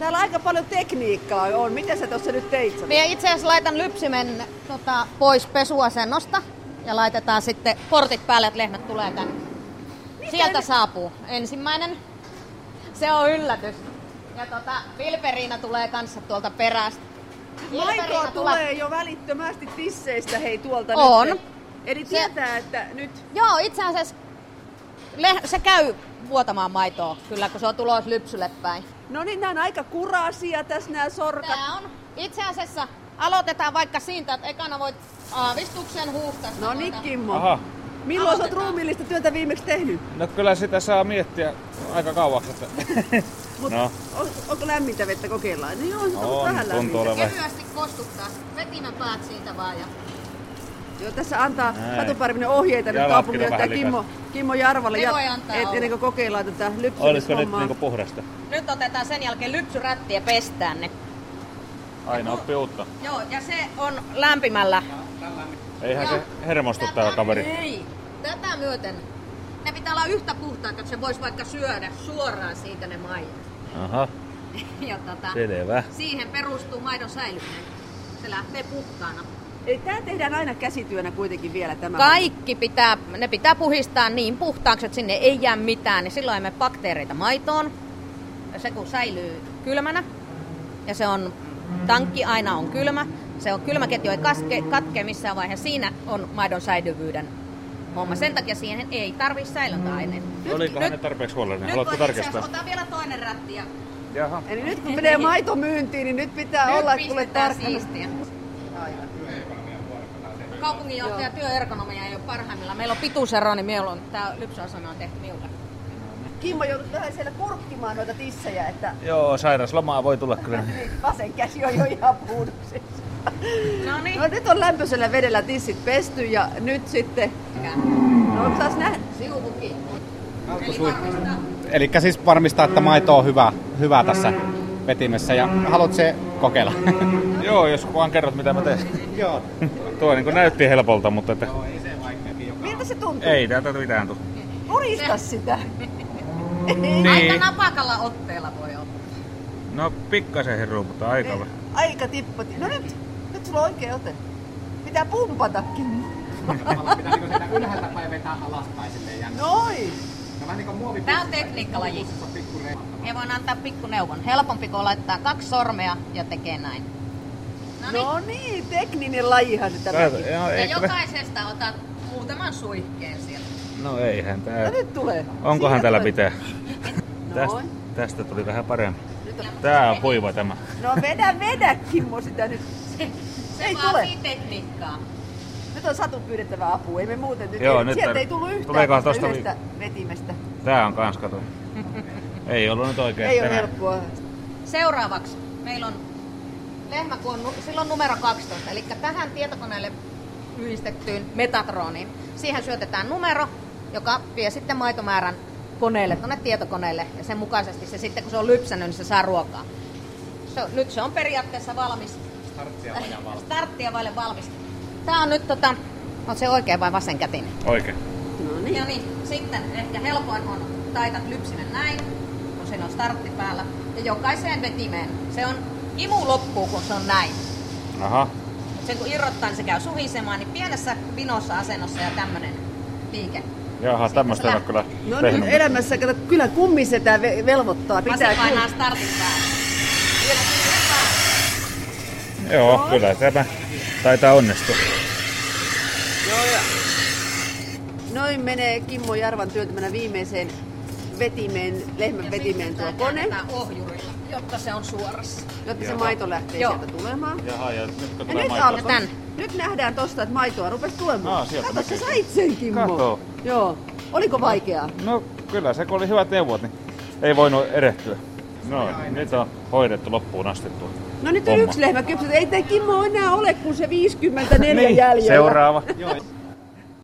Täällä aika paljon tekniikkaa on. Mitä sä tuossa nyt teit? Minä itse asiassa laitan lypsimen pois pesuasennosta ja laitetaan sitten portit päälle, että lehmät tulee tänne. Sieltä saapuu ensimmäinen. Se on yllätys. Ja Vilperiina tulee kanssa tuolta perästä. Maitoa tulee jo välittömästi tisseistä tuolta on. Nyt. Eli tietää, että nyt... Joo, itse asiassa se käy vuotamaan maitoa, kyllä, kun se on tulos lypsylle päin. No niin, nämä on aika kurasia tässä nämä sorkat. Tää on. Itse asiassa aloitetaan vaikka siitä, että ekana voit aavistuksen huuhtaa. No niin, Kimmo. Aha. Milloin sä oot ruumiillista työtä viimeksi tehnyt? No kyllä sitä saa miettiä aika kauaksi. No. Onko lämmintä vettä? Kokeillaan. Niin on vähän lämmintä. Kevyesti kostuttaa. Vetimän päät siitä vaan. Joo, tässä antaa Katuparvinen ohjeita nyt kaupunginjohtaja Kimmo Jarvalle. Ennen kuin kokeillaan tätä lypsymishommaa. Olisiko nyt niinku puhdasta? Nyt otetaan sen jälkeen lypsyrätti ja pestään ne. Aina oppii uutta. Joo, ja se on lämpimällä. Eihän se hermostu tää kaveri. Ei. Tätä myöten. Ne pitää olla yhtä puhtaita, että se voisi vaikka syödä suoraan siitä ne maidot. Aha. Ja selvä. Siihen perustuu maidon säilyminen. Se lähtee puhtaana. Eli tää tehdään aina käsityönä kuitenkin vielä tämä. Kaikki ne pitää puhistaa niin puhtaaksi, että sinne ei jää mitään, niin silloin ei mene bakteereita maitoon. Ja se kun säilyy kylmänä, ja se on, tankki aina on kylmä, se on kylmäketju ei katkee missään vaiheessa, siinä on maidon säilyvyyden homma. Sen takia siihen ei tarvitse säilöntäaineita. Olikohan ne tarpeeksi huolellinen? Haluatko tarkistaa? Otan vielä toinen rätti. Jaha. Eli nyt kun menee maito myyntiin, niin nyt pitää olla kuule tarkkana. Siistiä. Kaupunginjohtaja työergonomia ei ole parhaimmillaan. Meillä on pituusero, niin tämä lypsyasema on tehty miulla. Kimmo joutui vähän siellä kurkkimaan noita tissejä, että... Joo, sairaslomaa voi tulla kyllä. Vasen käsi on jo ihan puuduksessa. Noniin. No nyt on lämpöisellä vedellä tissit pesty ja nyt sitten... No onko taas nähdä? Sivupuki. Elikkä siis varmistaa, että maito on hyvä tässä vetimessä ja haluatko se kokeilla? Joo, jos vaan kerrot mitä mä teen. Joo. Tuo niin näytti helpolta, mutta että... Miltä se tuntuu? Ei täältä mitään tule. Purista sitä. Niin. Aika napakalla otteella voi olla. No pikkasen heruu, mutta aika. Aika tippati. No nyt sulla on oikea ote. Pitää pumpatakin. Pitää sitä ylhäältä päin vetää alaspäin silleen. Noin. Tää on tekniikkalaji. Ja voin antaa pikkuneuvon. Helpompi kuin laittaa 2 sormea ja tekee näin. No niin, tekninen lajihan se tämä. Ja jokaisesta otat muutaman suihkeen sieltä. No eihän tää. No nyt tulee. Onkohan täällä pitää? Noin. Tästä tuli vähän parempi. Tää on kuiva tämä. No vedä Kimmo sitä nyt. Se vaatii tekniikkaa. Nyt on Satu pyydettävä apua, ei me muuten nyt. Joo, nyt sieltä ei tullut yhtään tästä yhdestä vetimestä. Tää on kans kato. Ei ollut nyt oikein. Ei ole helppoa. Seuraavaksi meillä on lehmä, kun on silloin numero 12, eli tähän tietokoneelle yhdistettyyn Metatroniin. Siihen syötetään numero, joka vie sitten maitomäärän koneelle, tuonne tietokoneelle, ja sen mukaisesti se sitten, kun se on lypsänyt, niin se saa ruokaa. Nyt se on periaatteessa valmis. Starttia vaille valmis. Tää on nyt on se oikein vai vasenkätinen? Oikein. No niin. Ja niin, sitten ehkä helpoin on taitat lypsimen näin, kun siinä on startti päällä. Ja jokaiseen vetimeen. Se on imu loppuu, kun se on näin. Aha. Sen kun irrottaa, niin se käy suhisemaan, niin pienessä vinossa asennossa ja tämmönen liike. Jaha, tämmöstä on kyllä No tehnyt. nyt elämässä, kato, kyllä kummisetä velvoittaa. Pitää painaa startin päälle. Joo, kyllä tämä taitaa onnistua. Joo, ja noin menee Kimmo Jarvan työntämänä viimeiseen vetimeen, lehmän vetimeen tuo kone. Ohjurilla, jotta se on suorassa. Jotta se maito lähtee sieltä tulemaan. Jaha, ja nyt kun Ja tulee nyt maito. Nyt nähdään tosta, että maitoa rupesi tulemaan. Sieltä Kato, sä näkyy. sait sen, Kimmo. Kato. Joo. Oliko vaikeaa? No kyllä se, kun oli hyvät neuvot, niin ei voinut erehtyä. No, nyt on hoidettu loppuun asti tuo. No nyt on homma. yksi lehmä kypsät. Ei Kimmo enää ole kuin se 54 Niin, jäljellä. seuraava.